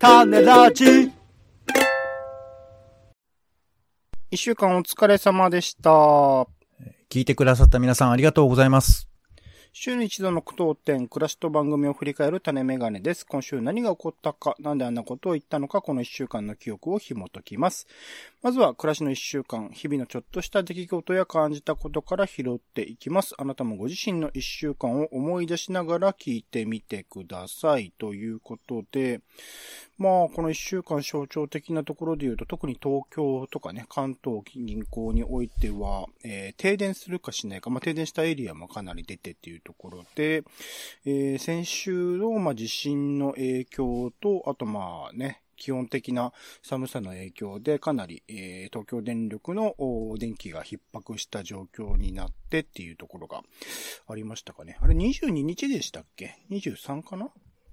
種ラジ。一週間お疲れ様でした。 聞いてくださった皆さんありがとうございます。 週に一度の句読点、暮らしと番組を振り返る種メガネです。今週何が起こったか、なんであんなことを言ったのか、この一週間の記憶を紐解きます。まずは暮らしの一週間、日々のちょっとした出来事や感じたことから拾っていきます。あなたもご自身の一週間を思い出しながら聞いてみてください。ということで、この一週間象徴的なところで言うと、特に東京とかね、関東近郊においては、停電するかしないか、停電したエリアもかなり出てっていうところで、先週の地震の影響と、あと基本的な寒さの影響でかなり、東京電力の電気が逼迫した状況になってっていうところがありましたかね。あれ22日でしたっけ ?23 かな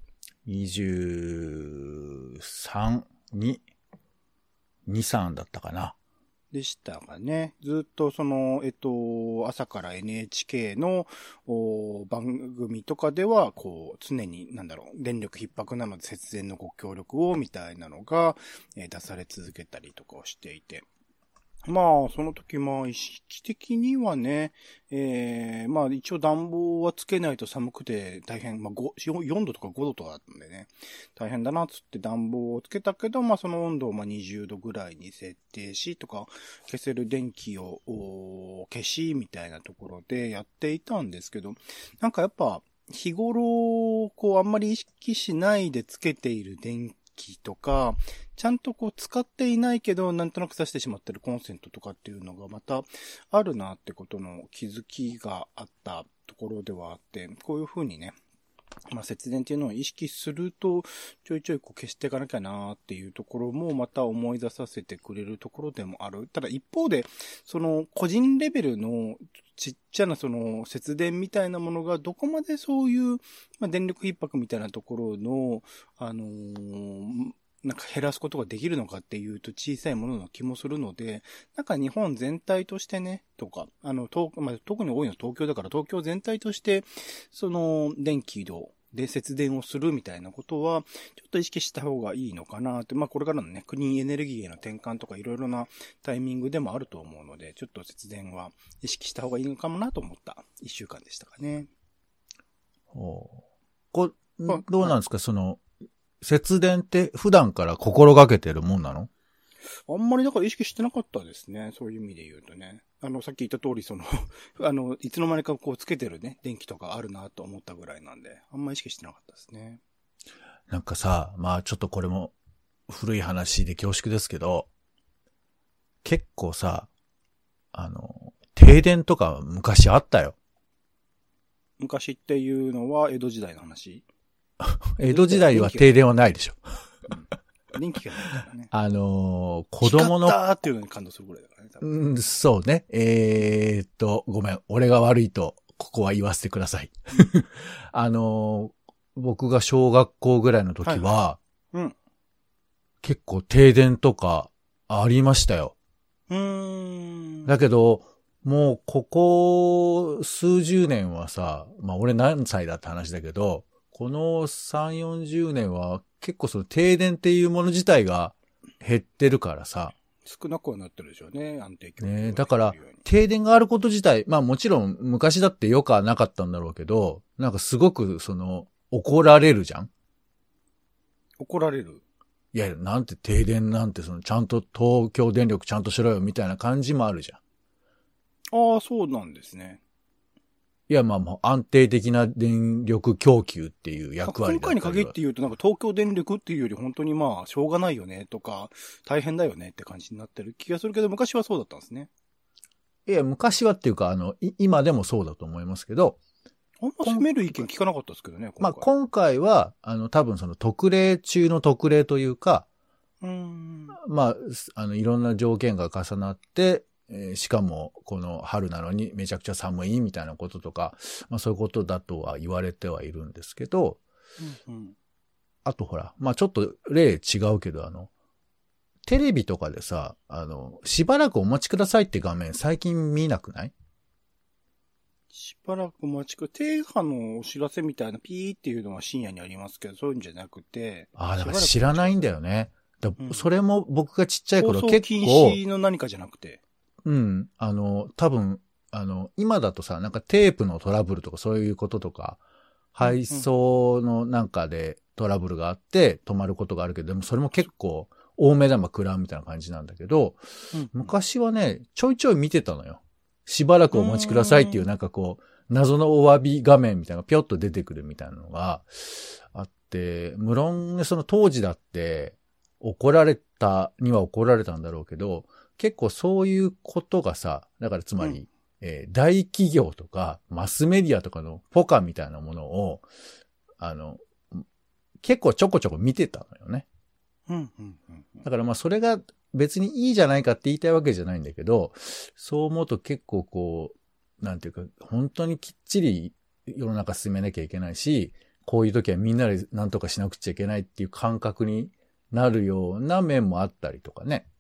23、3だったかな。 でしたがね。ずっと朝から NHK の番組とかでは、常に、電力逼迫なので節電のご協力を、みたいなのが、出され続けたりとかをしていて。その時意識的にはね、一応暖房はつけないと寒くて大変、4度とか5度とかだったんでね、大変だなっつって暖房をつけたけど、その温度を20度ぐらいに設定しとか、消せる電気を消しみたいなところでやっていたんですけど、やっぱ日頃、あんまり意識しないでつけている電気とか、ちゃんと使っていないけど、なんとなく挿してしまってるコンセントとかっていうのがまたあるなってことの気づきがあったところではあって、こういう風にね、節電っていうのを意識すると、ちょいちょい消していかなきゃなーっていうところもまた思い出させてくれるところでもある。ただ一方で、個人レベルのちっちゃな節電みたいなものがどこまでそういう、電力逼迫みたいなところの、減らすことができるのかっていうと小さいものの気もするので、日本全体としてね、とか、特に多いのは東京だから東京全体として、電気で節電をするみたいなことは、ちょっと意識した方がいいのかなって、これからのね、クリーンエネルギーへの転換とかいろいろなタイミングでもあると思うので、ちょっと節電は意識した方がいいのかもなと思った一週間でしたかね。 どうなんですか、節電って普段から心がけてるもんなの？ あんまりだから意識してなかったですね。そういう意味で言うとね。さっき言った通りいつの間にかつけてるね、電気とかあるなと思ったぐらいなんで、あんまり意識してなかったですね。 ちょっとこれも古い話で恐縮ですけど、結構停電とか昔あったよ。 昔っていうのは江戸時代の話？ 江戸時代は停電はないでしょ。 電気がないからね。 子供の。 光ったーっていうのに感動するぐらいだからね。多分そうね。ごめん。俺が悪いと、ここは言わせてください。僕が小学校ぐらいの時は、結構停電とかありましたよ。だけど、もうここ数十年は俺何歳だって話だけど、この3、40年は結構停電っていうもの自体が減ってるから少なくはなってるでしょうね、安定供給。 ね、だから停電があること自体、もちろん昔だってよくはなかったんだろうけど、すごく怒られるじゃん？ 怒られる？ いや、なんて停電なんてちゃんと東京電力ちゃんとしろよみたいな感じもあるじゃん。 ああ、そうなんですね。 いや、安定的な電力供給っていう役割だったりは。 今回に限って言うと、東京電力っていうより本当にしょうがないよねとか、大変だよねって感じになってる気がするけど、昔はそうだったんですね。 いや、昔はっていうか、今でもそうだと思いますけど。 あんま責める意見聞かなかったですけどね、 今回は、多分特例中の特例というか、いろんな条件が重なって、しかも、この春なのにめちゃくちゃ寒いみたいなこととか、そういうことだとは言われてはいるんですけど、あとほら、ちょっと例違うけど、テレビとかでしばらくお待ちくださいって画面最近見なくない？ しばらくお待ちください。停波のお知らせみたいなピーっていうのは深夜にありますけど、そういうんじゃなくて。 ああ、だから知らないんだよね。それも僕がちっちゃい頃結構。放送禁止の何かじゃなくて。 うん。多分、今だとさ、なんかテープのトラブルとかそういうこととか、配送のなんかでトラブルがあって止まることがあるけど、でもそれも結構大目玉食らうみたいな感じなんだけど、昔はね、ちょいちょい見てたのよ。しばらくお待ちくださいっていうなんかこう、謎のお詫び画面みたいなのがぴょっと出てくるみたいなのがあって、無論ね、その当時だって怒られたには怒られたんだろうけど、結構そういうことがさ、だからつまり、大企業とかマスメディアとかのポカみたいなものを、結構ちょこちょこ見てたのよね。だからまあそれが別にいいじゃないかって言いたいわけじゃないんだけど、そう思うと結構こう、なんていうか、本当にきっちり世の中進めなきゃいけないし、こういう時はみんなで何とかしなくちゃいけないっていう感覚になるような面もあったりとかね。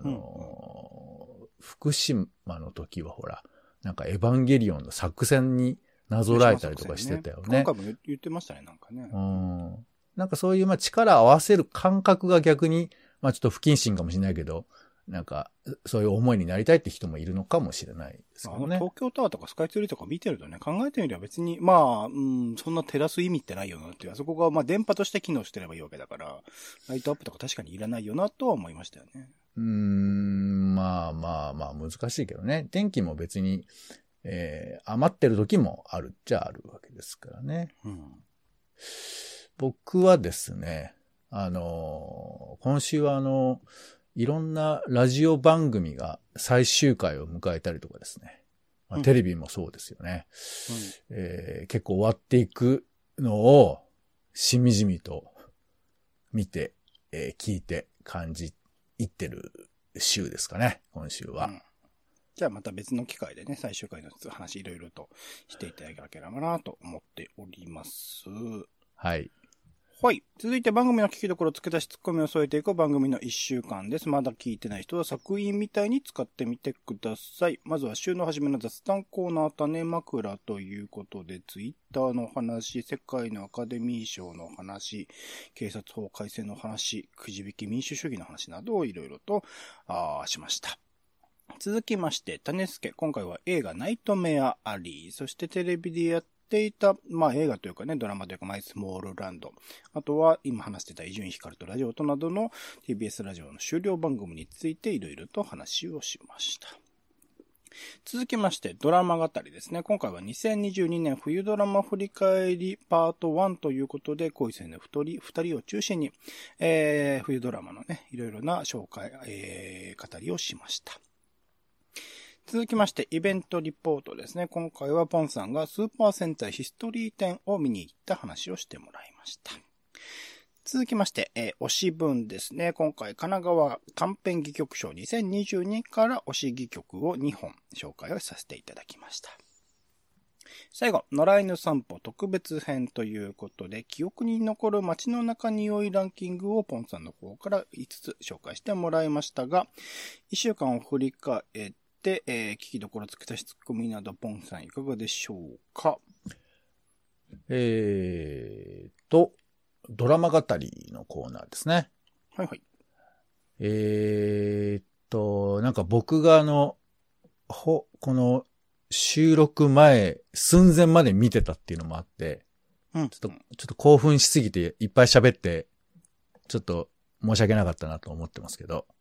福島の時はほら、なんかエヴァンゲリオンの作戦になぞらえたりとかしてたよね。 今回も言ってましたね、なんかね。 なんかそういうまあ力を合わせる感覚が逆に、まあちょっと不謹慎かもしれないけど、なんかそういう思いになりたいって人もいるのかもしれないですけどね。 東京タワーとかスカイツリーとか見てるとね、考えてみれば別に、まあ、そんな照らす意味ってないよなっていう、あそこがまあ電波として機能してればいいわけだから、ライトアップとか確かにいらないよなとは思いましたよね。 まあ難しいけどね。電気も別に、余ってる時もあるっちゃあるわけですからね。僕はですね、今週はいろんなラジオ番組が最終回を迎えたりとかですね。まあ、テレビもそうですよね、結構終わっていくのをしみじみと見て、聞いて感じいってる週ですかね、今週は。 じゃあまた別の機会でね、最終回の話いろいろとしていただければなと思っております。 はい。 はい。続いて番組の聞きどころ付け出しツッコミを添えていく番組の1週間です。まだ聞いてない人は作品みたいに使ってみてください。まずは週の初めの雑談コーナー種枕ということで、ツイッターの話、世界のアカデミー賞の話、警察法改正の話、くじ引き民主主義の話などをいろいろとしました。続きまして、種助。今回は映画ナイトメアアリー、そしてテレビでやっていた、まあ映画というかね、ドラマというかマイスモールランド。あとは今話してた伊集院光とラジオとなどの TBS ラジオの終了番組についていろいろと話をしました。続きまして、ドラマ語りですね。今回は2022年冬ドラマ振り返りパート1ということで、恋せぬ二人を中心に、冬ドラマのね、いろいろな紹介、語りをしました。続きまして、イベントリポートですね。今回はポンさんがスーパー戦隊ヒストリー展を見に行った話をしてもらいました。続きまして、推し文ですね。今回、神奈川短編戯曲賞2022から推し戯曲を2本紹介をさせていただきました。最後、野良犬散歩特別編ということで、記憶に残る街の中匂いランキングをポンさんの方から5つ紹介してもらいましたが、1週間を振り返って、聞きどころつけたしツッコミなど、ポンさんいかがでしょうか？ ドラマ語りのコーナーですね。 はいはい。 なんか僕がこの収録前、寸前まで見てたっていうのもあって、ちょっと興奮しすぎていっぱい喋って、ちょっと申し訳なかったなと思ってますけど。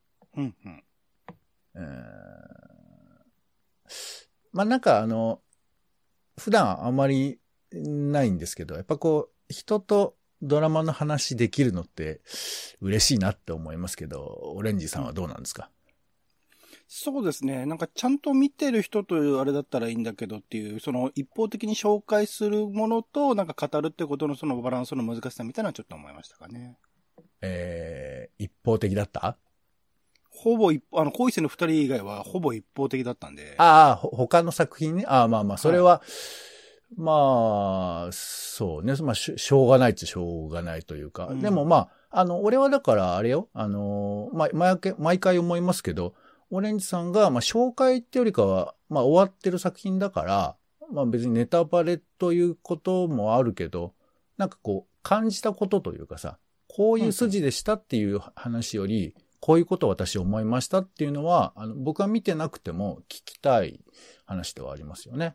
まあ、なんか普段あまりないんですけど、やっぱこう、人とドラマの話できるのって嬉しいなって思いますけど、オレンジさんはどうなんですか？ そうですね。なんかちゃんと見てる人というあれだったらいいんだけどっていう、その一方的に紹介するものと、なんか語るってことのそのバランスの難しさみたいなのはちょっと思いましたかね。 一方的だった？ ほぼ恋せぬ二人以外はほぼ一方的だったんで。 他の作品ね。それは、まあ、そうね。まあ、しょうがないっちゃしょうがないというか。でもまあ、俺はだからあれよ。毎回思いますけど、オレンジさんが、まあ、紹介ってよりかは、まあ、終わってる作品だから、 まあ別にネタバレということもあるけど、なんかこう感じたことというかさ、こういう筋でしたっていう話より、こういうことを私思いましたっていうのは、僕は見てなくても聞きたい話ではありますよね。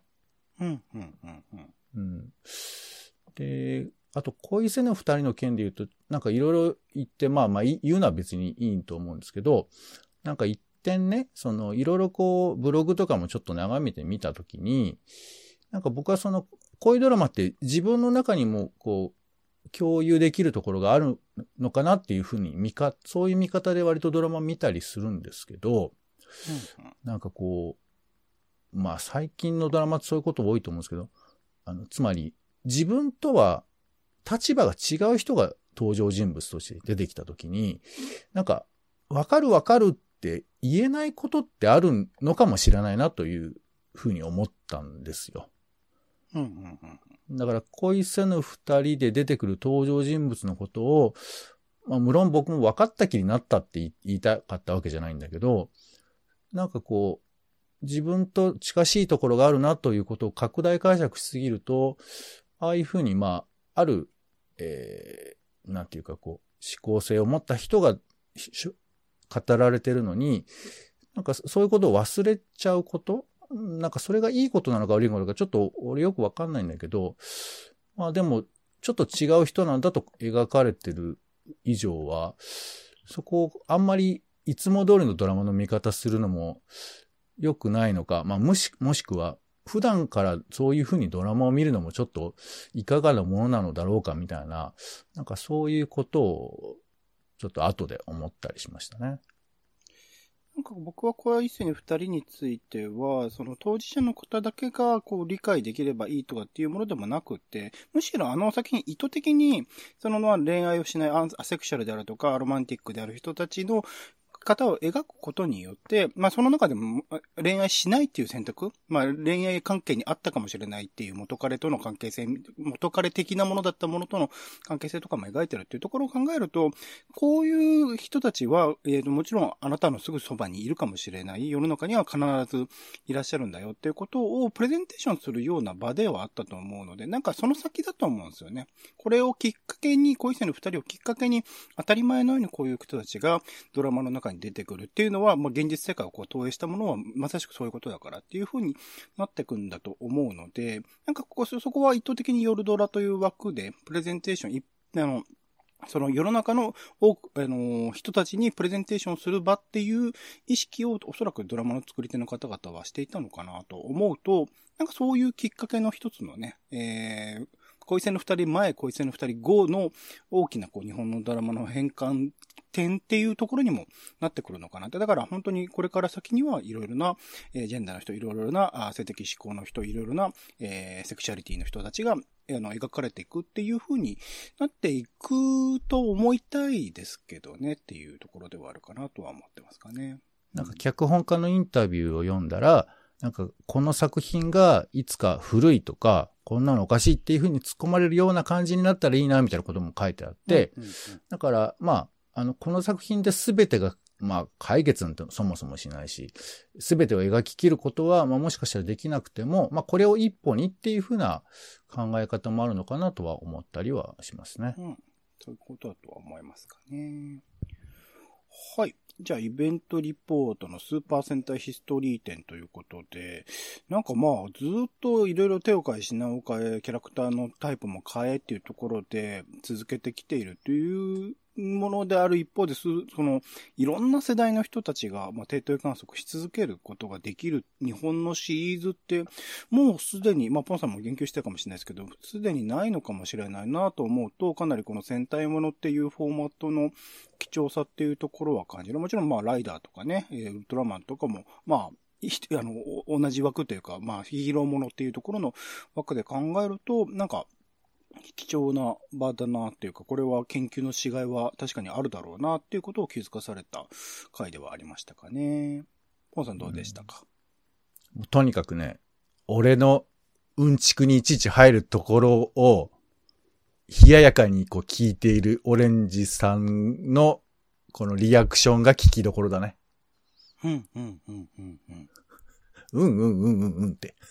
で、あと、恋せぬ二人の件で言うと、なんかいろいろ言って、まあ言うのは別にいいと思うんですけど、なんか一点ね、いろいろこう、ブログとかもちょっと眺めてみたときに、なんか僕は恋ドラマって自分の中にもこう、共有できるところがあるのかなっていうふうにそういう見方で割とドラマ見たりするんですけど、なんかこう、まあ最近のドラマってそういうこと多いと思うんですけど、つまり自分とは立場が違う人が登場人物として出てきたときに、なんか、わかるって言えないことってあるのかもしれないなというふうに思ったんですよ。だから恋せぬ二人で出てくる登場人物のことを、まあ無論僕も分かった気になったって言いたかったわけじゃないんだけど、なんかこう、自分と近しいところがあるなということを拡大解釈しすぎると、ああいうふうにまあ、ある、なんていうかこう、思考性を持った人が語られてるのに、なんかそういうことを忘れちゃうことなんかそれがいいことなのか悪いことなのかちょっと俺よくわかんないんだけど、まあでもちょっと違う人なんだと描かれてる以上は、そこをあんまりいつも通りのドラマの見方するのも良くないのか、まあもしくは普段からそういうふうにドラマを見るのもちょっといかがなものなのだろうかみたいな、なんかそういうことをちょっと後で思ったりしましたね。 なんか僕は恋せぬ二人については、その当事者の方だけがこう理解できればいいとかっていうものでもなくって、むしろ先に意図的に、恋愛をしないアセクシャルであるとか、ロマンティックである人たちの方を描くことによって、まあその中でも恋愛しないっていう選択、まあ恋愛関係にあったかもしれないっていう元彼との関係性、元彼的なものだったものとの関係性とかも描いてるっていうところを考えると、こういう人たちは、もちろんあなたのすぐそばにいるかもしれない、世の中には必ずいらっしゃるんだよっていうことをプレゼンテーションするような場ではあったと思うので、なんかその先だと思うんですよね。これをきっかけに、恋せぬ二人をきっかけに、当たり前のようにこういう人たちがドラマの中に出てくるっていうのは、まあ、現実世界をこう投影したものはまさしくそういうことだからっていう風になってくんだと思うので、なんかそこは意図的に夜ドラという枠でプレゼンテーション、その世の中の人たちにプレゼンテーションする場っていう意識をおそらくドラマの作り手の方々はしていたのかなと思うと、なんかそういうきっかけの一つのね、恋せぬ二人前、恋せぬ二人後の大きなこう日本のドラマの変換点っていうところにもなってくるのかなって。だから本当にこれから先にはいろいろな、ジェンダーの人、いろいろな性的指向の人、いろいろな、セクシャリティの人たちが描かれていくっていう風になっていくと思いたいですけどねっていうところではあるかなとは思ってますかね。 なんか脚本家のインタビューを読んだら、なんかこの作品がいつか古いとか、こんなのおかしいっていう風に突っ込まれるような感じになったらいいなみたいなことも書いてあって、だからまあ、この作品で全てがまあ解決なんてそもそもしないし、全てを描き切ることはまあもしかしたらできなくても、まあこれを一歩にっていう風な考え方もあるのかなとは思ったりはしますね。 そういうことだとは思いますかね。はい。じゃあ、イベントリポートのスーパー戦隊ヒストリー展ということで、なんかまあ、ずっといろいろ手を変え品を変え、キャラクターのタイプも変えっていうところで続けてきているというものである一方で、いろんな世代の人たちが、定点観測し続けることができる日本のシリーズって、もうすでに、ポンさんも言及してるかもしれないですけど、すでにないのかもしれないなと思うと、かなりこの戦隊ものっていうフォーマットの貴重さっていうところは感じる。もちろんライダーとかね、ウルトラマンとかも、同じ枠というか、ヒーローものっていうところの枠で考えると、なんか、貴重な場だなっていうか、これは研究のしがいは確かにあるだろうなっていうことを気づかされた回ではありましたかね。ポンさんどうでしたか？ とにかくね、俺のうんちくにいちいち入るところを、冷ややかにこう聞いているオレンジさんのこのリアクションが聞きどころだね。って。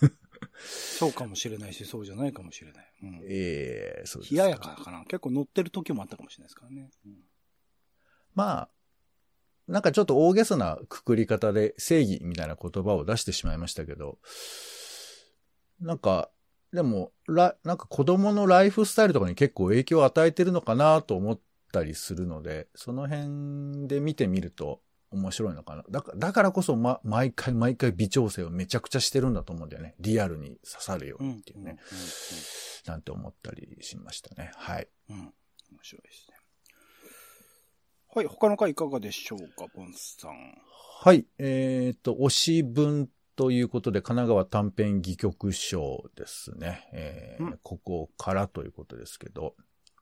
そうかもしれないし、そうじゃないかもしれない。うん、 そうです。 冷ややかかな。結構乗ってる時もあったかもしれないですからね。うん、 まあ、なんかちょっと大げさなくくり方で正義みたいな言葉を出してしまいましたけど、なんか、でも、なんか子供のライフスタイルとかに結構影響を与えてるのかなと思ったりするので、その辺で見てみると面白いのかな。だからこそ、毎回微調整をめちゃくちゃしてるんだと思うんだよね。リアルに刺さるようにっていうね。なんて思ったりしましたね。はい。 うん。面白いですね。はい。他の回いかがでしょうか、ボンスさん。 はい。推し文ということで、神奈川短編戯曲賞ですね。ここからということですけど。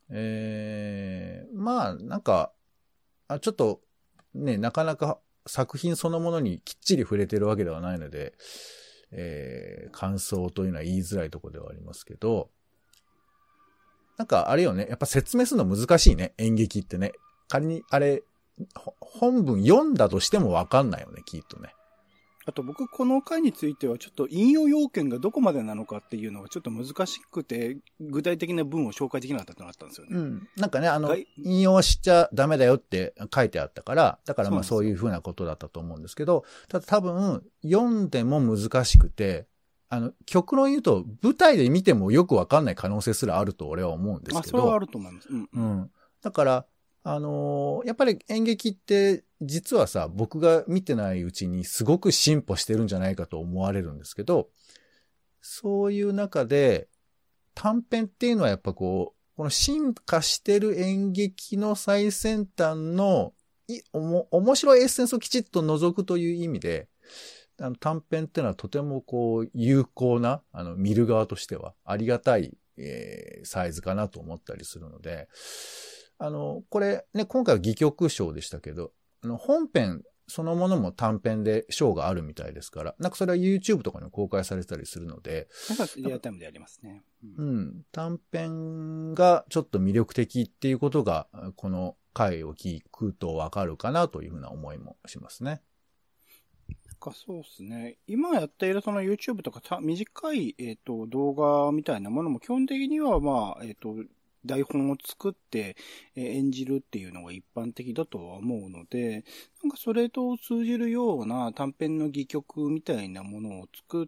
まあ、なんか、ちょっと、ね、なかなか作品そのものにきっちり触れてるわけではないので、感想というのは言いづらいところではありますけど、なんかあれよね、やっぱ説明するの難しいね、演劇ってね。仮にあれ、本文読んだとしてもわかんないよね、きっとね。 あと僕この回についてはちょっと引用要件がどこまでなのかっていうのがちょっと難しくて、具体的な文を紹介できなかったってのがあったんですよね。 うん。なんかね、引用しちゃダメだよって書いてあったから、だからまあそういうふうなことだったと思うんですけど、ただ多分読んでも難しくて、極論言うと舞台で見てもよくわかんない可能性すらあると俺は思うんですけど。 それはあると思います。 うん。だから、やっぱり演劇って実はさ、僕が見てないうちにすごく進歩してるんじゃないかと思われるんですけど、そういう中で短編っていうのはやっぱこの進化してる演劇の最先端の面白いエッセンスをきちっと除くという意味で、短編っていうのはとても有効な、見る側としてはありがたい、サイズかなと思ったりするので、これね、今回は戯曲賞でしたけど、本編そのものも短編で賞があるみたいですから、なんかそれは YouTube とかに公開されたりするので、 なんかリアルタイムでやりますね。 うん。短編がちょっと魅力的っていうことが、この回を聞くとわかるかなというふうな思いもしますね。 そうですね。今やっているその YouTube とか短い、動画みたいなものも基本的にはまあ、台本を作って、演じるっていうのが一般的だとは思うので、なんかそれと通じるような短編の戯曲みたいなものを作って、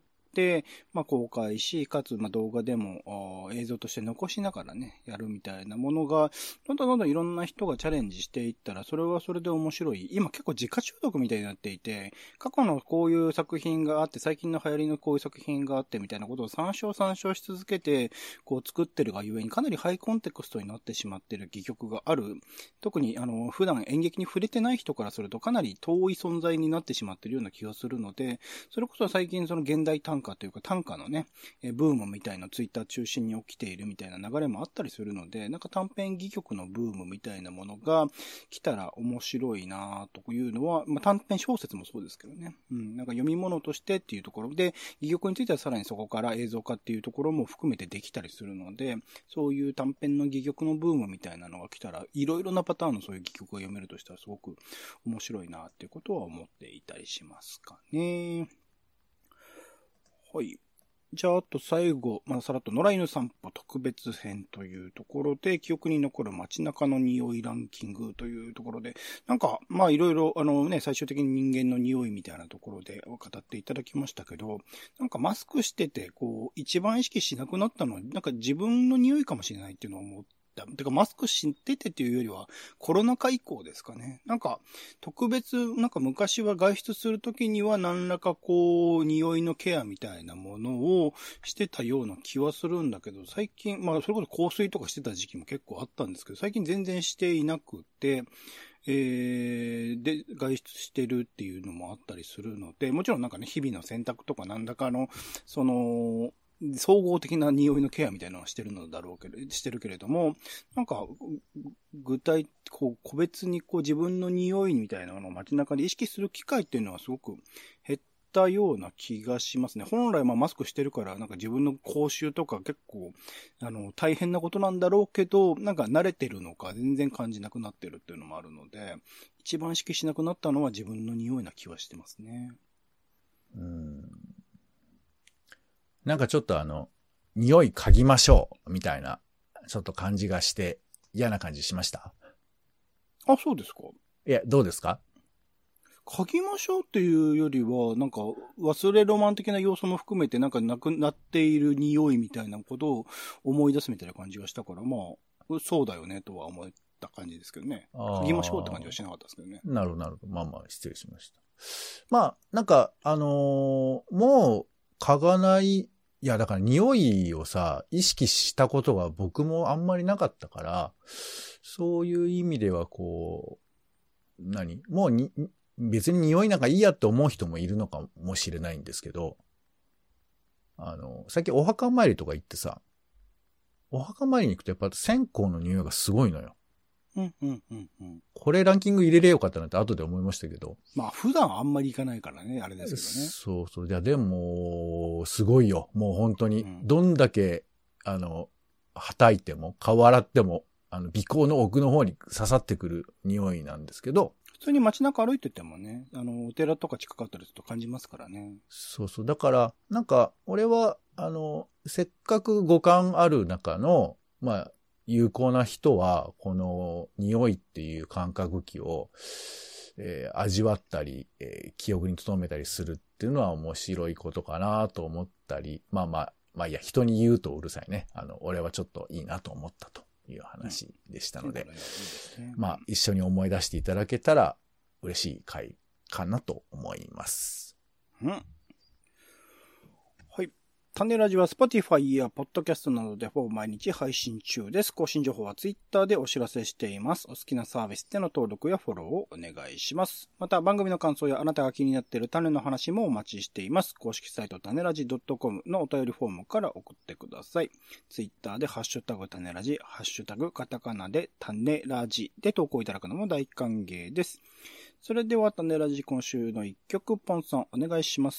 まあ、公開し、かつ、まあ、動画でも映像として残しながらね、やるみたいなものが、どんどんいろんな人がチャレンジしていったら、それはそれで面白い。今結構自家中毒みたいになっていて、過去のこういう作品があって、最近の流行りのこういう作品があってみたいなことを参照し続けて、作ってるがゆえにかなりハイコンテクストになってしまっている戯曲がある。特に普段演劇に触れてない人からするとかなり遠い存在になってしまっているような気がするので、それこそ最近その現代短歌というか短歌のね、ブームみたいなツイッター中心に起きているみたいな流れもあったりするので、なんか短編戯曲のブームみたいなものが来たら面白いなというのは、まあ短編小説もそうですけどね。なんか読み物としてっていうところで、戯曲についてはさらにそこから映像化っていうところも含めてできたりするので、そういう短編の戯曲のブームみたいなのが来たら、いろいろなパターンのそういう戯曲が読めるとしたらすごく面白いなっていうことは思っていたりしますかね。はい。じゃあ、あと最後、さらっと野良犬散歩特別編というところで、記憶に残る街中の匂いランキングというところで、なんか、いろいろ、最終的に人間の匂いみたいなところで語っていただきましたけど、なんかマスクしてて、一番意識しなくなったのは、なんか自分の匂いかもしれないっていうのを思って、てかマスクしててっていうよりはコロナ禍以降ですかね。なんか特別、なんか昔は外出するときには何らか匂いのケアみたいなものをしてたような気はするんだけど、最近、それこそ香水とかしてた時期も結構あったんですけど、最近全然していなくて、で、外出してるっていうのもあったりするので、もちろんなんかね、日々の洗濯とか何らかの、総合的な匂いのケアみたいなのはしてるけれども、なんか、具体、個別に自分の匂いみたいなのを街中で意識する機会っていうのはすごく減ったような気がしますね。本来マスクしてるから、なんか自分の口臭とか結構、大変なことなんだろうけど、なんか慣れてるのか全然感じなくなってるっていうのもあるので、一番意識しなくなったのは自分の匂いな気はしてますね。 なんかちょっと匂い嗅ぎましょう、みたいな、ちょっと感じがして、嫌な感じしました？ あ、そうですか。 いや、どうですか？ 嗅ぎましょうっていうよりは、なんか、忘れロマン的な要素も含めて、なんかなくなっている匂いみたいなことを思い出すみたいな感じがしたから、まあ、そうだよねとは思った感じですけどね。嗅ぎましょうって感じはしなかったですけどね。 なるほど、なるほど。まあまあ、失礼しました。まあ、なんか、もう、嗅がない、いや、だから匂いをさ、意識したことが僕もあんまりなかったから、そういう意味ではこう、もう別に匂いなんかいいやって思う人もいるのかもしれないんですけど、最近お墓参りとか行ってさ、お墓参りに行くとやっぱ線香の匂いがすごいのよ。これランキング入れれよかったなって後で思いましたけど。 まあ普段あんまり行かないからね、あれですけどね。 そうそう。いやでも、すごいよ。もう本当に。どんだけ、はたいても、顔洗っても、鼻孔の奥の方に刺さってくる匂いなんですけど。 普通に街中歩いててもね、お寺とか近かったりすると感じますからね。 そうそう。だから、なんか、俺は、せっかく五感ある中の、まあ、有効な人は、この匂いっていう感覚器を、味わったり、記憶に留めたりするっていうのは面白いことかなと思ったり、まあいや、人に言うとうるさいね。俺はちょっといいなと思ったという話でしたので、まあ一緒に思い出していただけたら嬉しい回かなと思います。 うん。はい。種ラジは Spotify や Podcast などでほぼ毎日配信中です。更新情報は Twitter でお知らせしています。お好きなサービスでの登録やフォローをお願いします。また番組の感想やあなたが気になっている種の話もお待ちしています。公式サイト種ラジ .com のお便りフォームから送ってください。Twitter でハッシュタグ種ラジ、ハッシュタグカタカナで種ラジで投稿いただくのも大歓迎です。それでは種ラジ今週の一曲、ポンさんお願いします。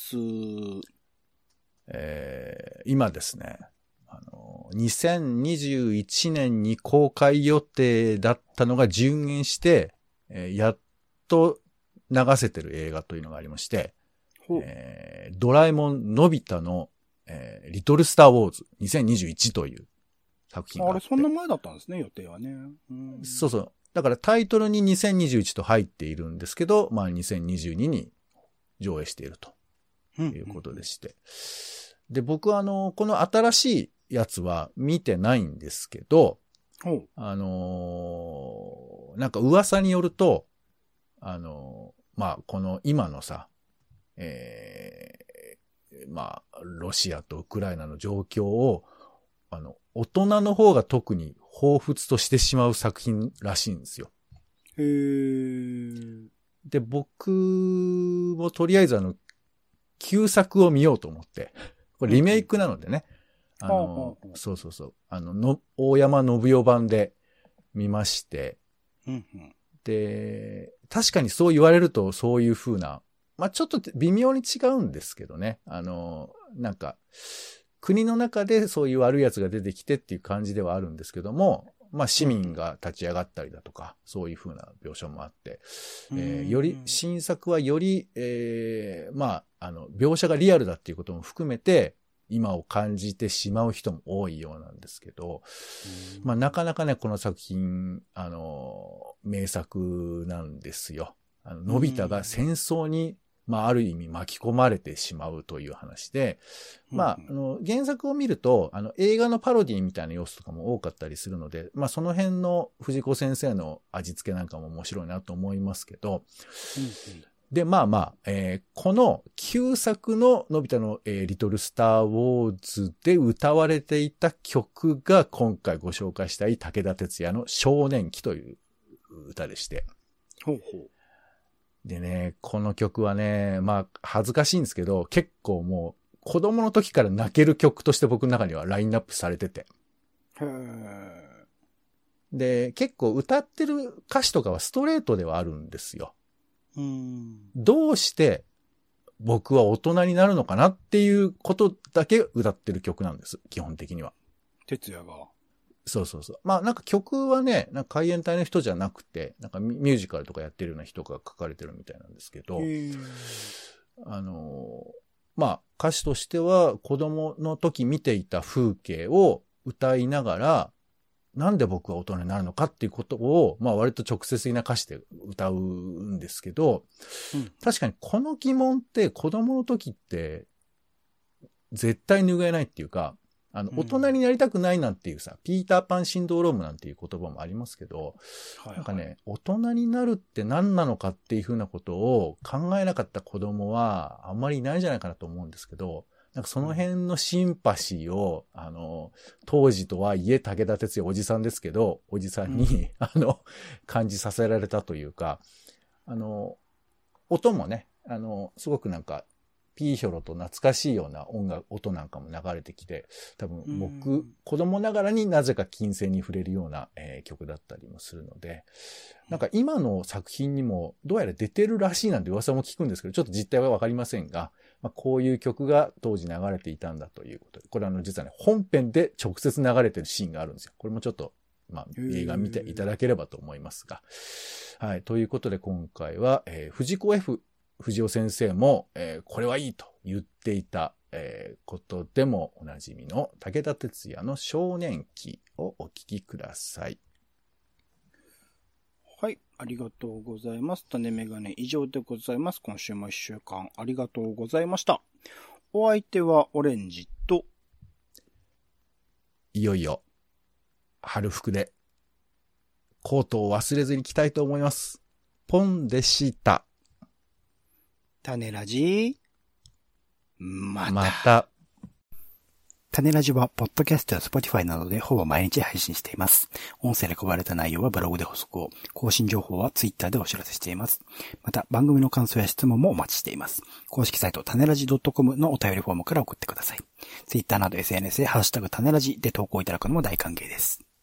今ですね、2021年に公開予定だったのが順延して、やっと流せてる映画というのがありまして、ドラえもんのび太の、リトルスターウォーズ2021という作品があって。 あれ、そんな前だったんですね、予定はね。 そうそう。だからタイトルに2021と入っているんですけど、まあ2022に上映しているということでして。で、僕はこの新しいやつは見てないんですけど、なんか噂によると、まあ、この今のさ、まあ、ロシアとウクライナの状況を、大人の方が特に彷彿としてしまう作品らしいんですよ。 へー。 で、僕もとりあえず旧作を見ようと思って、これリメイクなのでね、そうそうそう、大山信代版で見まして、で、確かにそう言われるとそういう風な、まあ、ちょっと微妙に違うんですけどね、なんか、国の中でそういう悪い奴が出てきてっていう感じではあるんですけども、まあ市民が立ち上がったりだとか、そういう風な描写もあって、より、新作はより、まあ、描写がリアルだっていうことも含めて、今を感じてしまう人も多いようなんですけど、まあなかなかね、この作品、名作なんですよ。のび太が戦争に、まあ、ある意味巻き込まれてしまうという話で、まあ、原作を見ると、映画のパロディみたいな要素とかも多かったりするので、まあ、その辺の藤子先生の味付けなんかも面白いなと思いますけど、で、まあまあ、この旧作ののび太の、リトルスターウォーズで歌われていた曲が今回ご紹介したい武田鉄矢の少年期という歌でして。でね、この曲はね、まあ、恥ずかしいんですけど、結構もう、子供の時から泣ける曲として僕の中にはラインナップされてて。で、結構歌ってる歌詞とかはストレートではあるんですよ。どうして僕は大人になるのかなっていうことだけ歌ってる曲なんです。基本的には。 哲也が。 そうそうそう。まあなんか曲はね、なんか海援隊の人じゃなくて、なんかミュージカルとかやってるような人が書かれてるみたいなんですけど、 まあ歌詞としては子供の時見ていた風景を歌いながら、なんで僕は大人になるのかっていうことを、まあ割と直接的な歌詞で歌うんですけど、確かにこの疑問って子供の時って絶対拭えないっていうか、大人になりたくないなんていうさ、ピーターパンシンドロームなんていう言葉もありますけど、なんかね、大人になるって何なのかっていうふうなことを考えなかった子供はあんまりいないんじゃないかなと思うんですけど、なんかその辺のシンパシーを、当時とはいえ武田鉄矢おじさんですけど、おじさんに、感じさせられたというか、音もね、すごくなんか、ピーヒョロと懐かしいような音なんかも流れてきて、多分僕、子供ながらになぜか金銭に触れるような、曲だったりもするので、なんか今の作品にもどうやら出てるらしいなんて噂も聞くんですけど、ちょっと実態はわかりませんが、まあ、こういう曲が当時流れていたんだということで、これ実はね、本編で直接流れてるシーンがあるんですよ。これもちょっと、まあ、映画見ていただければと思いますが。はい。ということで今回は、藤子 F 不二雄先生も、これはいいと言っていた、ことでもおなじみの武田鉄矢の少年期をお聞きください。 はい、ありがとうございます。種メガネ以上でございます。今週も1週間ありがとうございました。お相手はオレンジと、 いよいよ春服でコートを忘れずに着たいと思います。ポンでした。 種ラジまた。種ラジは、ポッドキャストや Spotify などでほぼ毎日配信しています。音声で配られた内容はブログで補足を、更新情報は Twitter でお知らせしています。また、番組の感想や質問もお待ちしています。公式サイト、種ラジ .com のお便りフォームから送ってください。Twitter など SNS でハッシュタグ種ラジで投稿いただくのも大歓迎です。